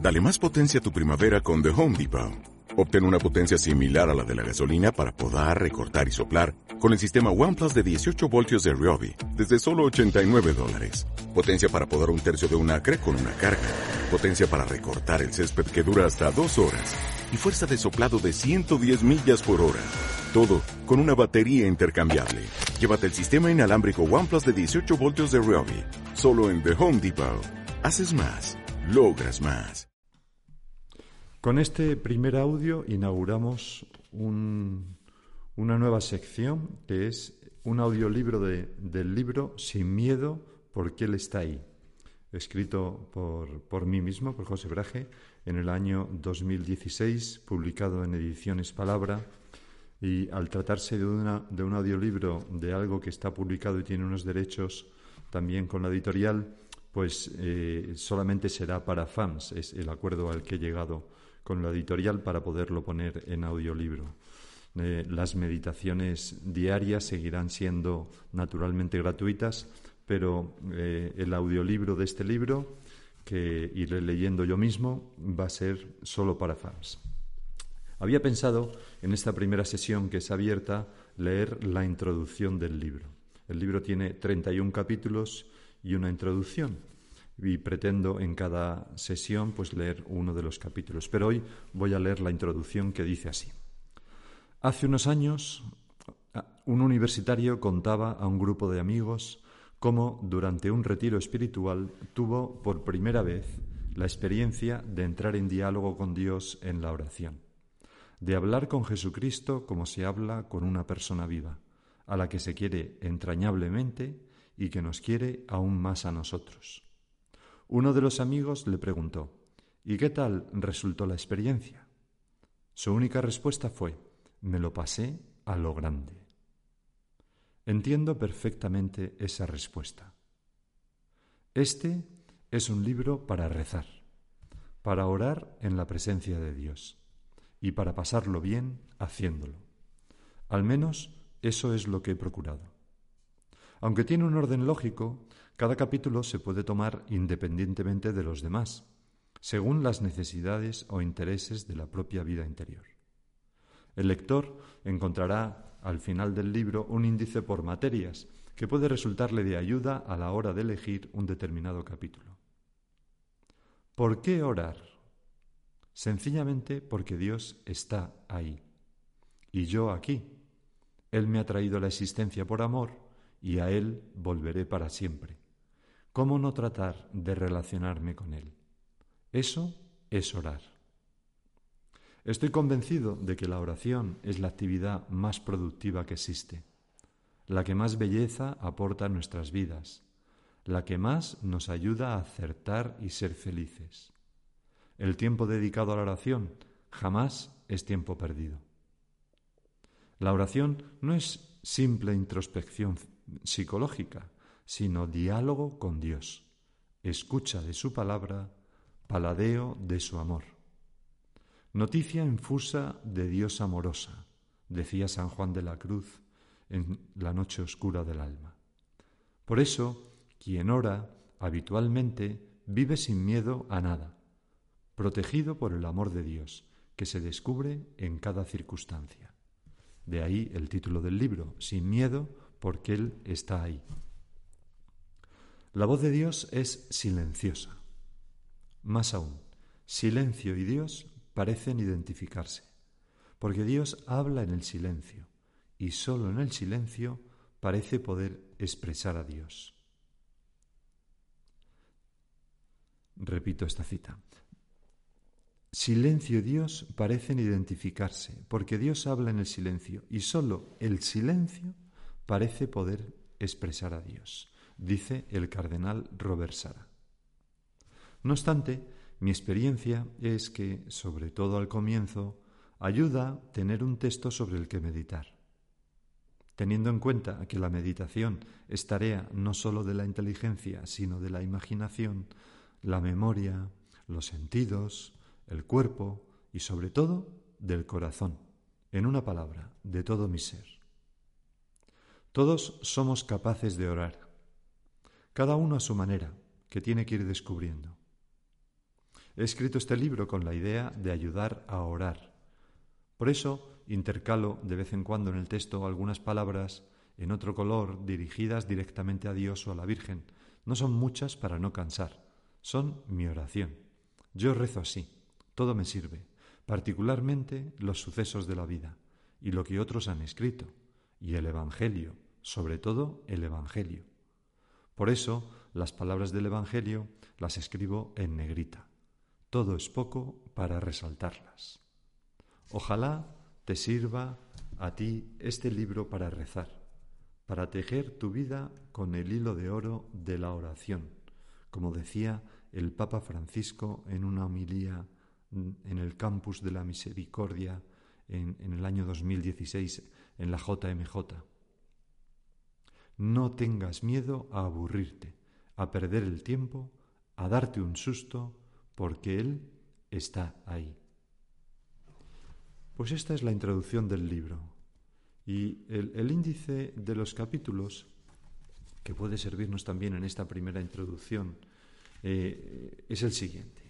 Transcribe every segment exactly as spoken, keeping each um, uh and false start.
Dale más potencia a tu primavera con The Home Depot. Obtén una potencia similar a la de la gasolina para podar, recortar y soplar con el sistema OnePlus de dieciocho voltios de Ryobi desde solo ochenta y nueve dólares. Potencia para podar un tercio de un acre con una carga. Potencia para recortar el césped que dura hasta dos horas. Y fuerza de soplado de ciento diez millas por hora. Todo con una batería intercambiable. Llévate el sistema inalámbrico OnePlus de dieciocho voltios de Ryobi. Solo en The Home Depot. Haces más. Logras más. Con este primer audio inauguramos un, una nueva sección que es un audiolibro de, del libro Sin miedo, porque Él está ahí, escrito por, por mí mismo, por José Braje, en el año dos mil dieciséis, publicado en Ediciones Palabra. Y al tratarse de, una, de un audiolibro de algo que está publicado y tiene unos derechos también con la editorial, pues eh, solamente será para fans, es el acuerdo al que he llegado con la editorial para poderlo poner en audiolibro. Eh, las meditaciones diarias seguirán siendo naturalmente gratuitas, pero eh, el audiolibro de este libro, que iré leyendo yo mismo, va a ser solo para fans. Había pensado en esta primera sesión, que es abierta, leer la introducción del libro. El libro tiene treinta y un capítulos y una introducción, y pretendo en cada sesión pues leer uno de los capítulos. Pero hoy voy a leer la introducción, que dice así. Hace unos años, un universitario contaba a un grupo de amigos cómo durante un retiro espiritual tuvo por primera vez la experiencia de entrar en diálogo con Dios en la oración, de hablar con Jesucristo como se habla con una persona viva, a la que se quiere entrañablemente y que nos quiere aún más a nosotros. Uno de los amigos le preguntó: ¿y qué tal resultó la experiencia? Su única respuesta fue: me lo pasé a lo grande. Entiendo perfectamente esa respuesta. Este es un libro para rezar, para orar en la presencia de Dios y para pasarlo bien haciéndolo. Al menos eso es lo que he procurado. Aunque tiene un orden lógico, cada capítulo se puede tomar independientemente de los demás, según las necesidades o intereses de la propia vida interior. El lector encontrará al final del libro un índice por materias que puede resultarle de ayuda a la hora de elegir un determinado capítulo. ¿Por qué orar? Sencillamente porque Dios está ahí y yo aquí. Él me ha traído a la existencia por amor y a Él volveré para siempre. ¿Cómo no tratar de relacionarme con Él? Eso es orar. Estoy convencido de que la oración es la actividad más productiva que existe, la que más belleza aporta a nuestras vidas, la que más nos ayuda a acertar y ser felices. El tiempo dedicado a la oración jamás es tiempo perdido. La oración no es simple introspección psicológica, sino diálogo con Dios, escucha de su palabra, paladeo de su amor. Noticia infusa de Dios amorosa, decía San Juan de la Cruz en la noche oscura del alma. Por eso, quien ora habitualmente vive sin miedo a nada, protegido por el amor de Dios, que se descubre en cada circunstancia. De ahí el título del libro, Sin miedo, porque Él está ahí. La voz de Dios es silenciosa. Más aún, silencio y Dios parecen identificarse, porque Dios habla en el silencio y solo en el silencio parece poder expresar a Dios. Repito esta cita. Silencio y Dios parecen identificarse, porque Dios habla en el silencio y solo el silencio parece poder expresar a Dios, dice el cardenal Robert Sara. No obstante, mi experiencia es que, sobre todo al comienzo, ayuda a tener un texto sobre el que meditar. Teniendo en cuenta que la meditación es tarea no solo de la inteligencia, sino de la imaginación, la memoria, los sentidos, el cuerpo y, sobre todo, del corazón, en una palabra, de todo mi ser. Todos somos capaces de orar, cada uno a su manera, que tiene que ir descubriendo. He escrito este libro con la idea de ayudar a orar. Por eso intercalo de vez en cuando en el texto algunas palabras en otro color dirigidas directamente a Dios o a la Virgen. No son muchas para no cansar. Son mi oración. Yo rezo así. Todo me sirve, particularmente los sucesos de la vida y lo que otros han escrito, y el Evangelio, sobre todo el Evangelio. Por eso las palabras del Evangelio las escribo en negrita. Todo es poco para resaltarlas. Ojalá te sirva a ti este libro para rezar, para tejer tu vida con el hilo de oro de la oración, como decía el Papa Francisco en una homilía en el Campus de la Misericordia en, en el año dos mil dieciséis en la J M J. No tengas miedo a aburrirte, a perder el tiempo, a darte un susto, porque Él está ahí. Pues esta es la introducción del libro. Y el, el índice de los capítulos, que puede servirnos también en esta primera introducción, eh, es el siguiente.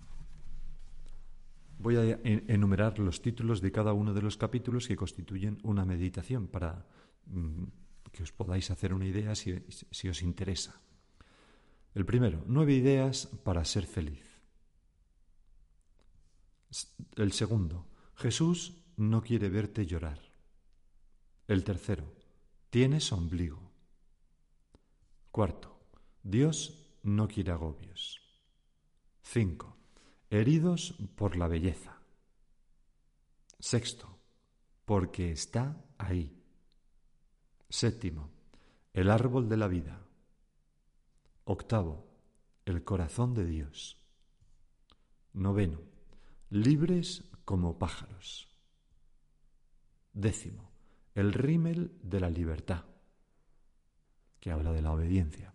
Voy a enumerar los títulos de cada uno de los capítulos que constituyen una meditación para mm, que os podáis hacer una idea si, si os interesa. El primero, nueve ideas para ser feliz. El segundo, Jesús no quiere verte llorar. El tercero, tienes ombligo. Cuarto, Dios no quiere agobios. Cinco, heridos por la belleza. Sexto, porque está ahí. Séptimo, el árbol de la vida. Octavo, el corazón de Dios. Noveno, libres como pájaros. Décimo, el rímel de la libertad, que habla de la obediencia.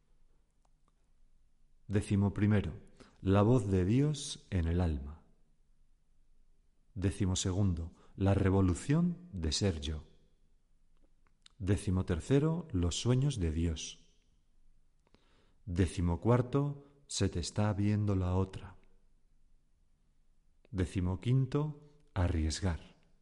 Décimo primero, la voz de Dios en el alma. Décimo segundo, la revolución de ser yo. Décimo tercero, los sueños de Dios. Décimo cuarto, se te está viendo la otra. Décimo quinto, arriesgar.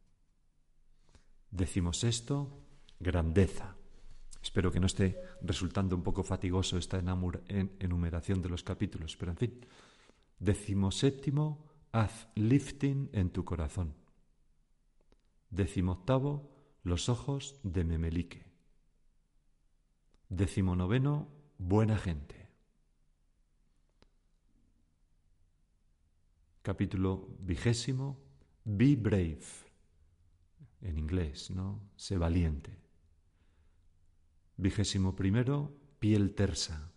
Décimo sexto, grandeza. Espero que no esté resultando un poco fatigoso esta enumeración de los capítulos, pero en fin. Décimo séptimo, haz lifting en tu corazón. Décimo octavo, los ojos de Memelique. Décimo noveno, buena gente. Capítulo vigésimo, be brave. En inglés, ¿no? Sé valiente. Vigésimo primero, piel tersa.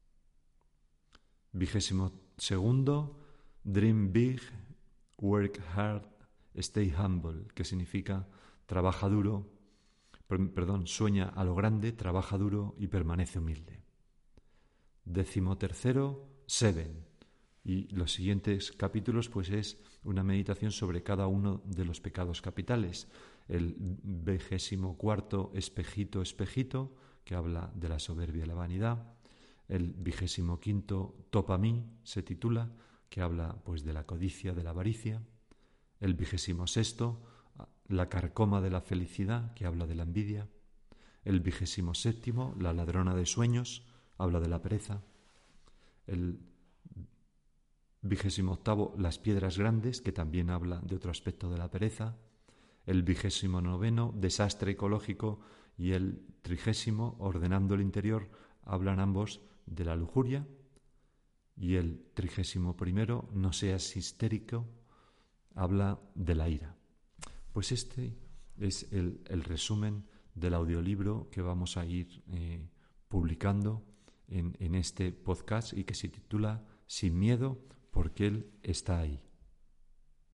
Vigésimo segundo, dream big, work hard, stay humble, que significa trabaja duro, perdón, sueña a lo grande, trabaja duro y permanece humilde. Décimo tercero, seven. Y los siguientes capítulos pues es una meditación sobre cada uno de los pecados capitales. El vigésimo cuarto, espejito, espejito, que habla de la soberbia y la vanidad. El vigésimo quinto, topa mí, se titula, que habla pues de la codicia, de la avaricia. El vigésimo sexto, la carcoma de la felicidad, que habla de la envidia. El vigésimo séptimo, la ladrona de sueños, habla de la pereza. El vigésimo octavo, las piedras grandes, que también habla de otro aspecto de la pereza. El vigésimo noveno, desastre ecológico, y el trigésimo, ordenando el interior, hablan ambos de la lujuria. Y el trigésimo primero, no seas histérico, habla de la ira. Pues este es el, el resumen del audiolibro que vamos a ir eh, publicando en, en este podcast y que se titula Sin miedo, porque Él está ahí.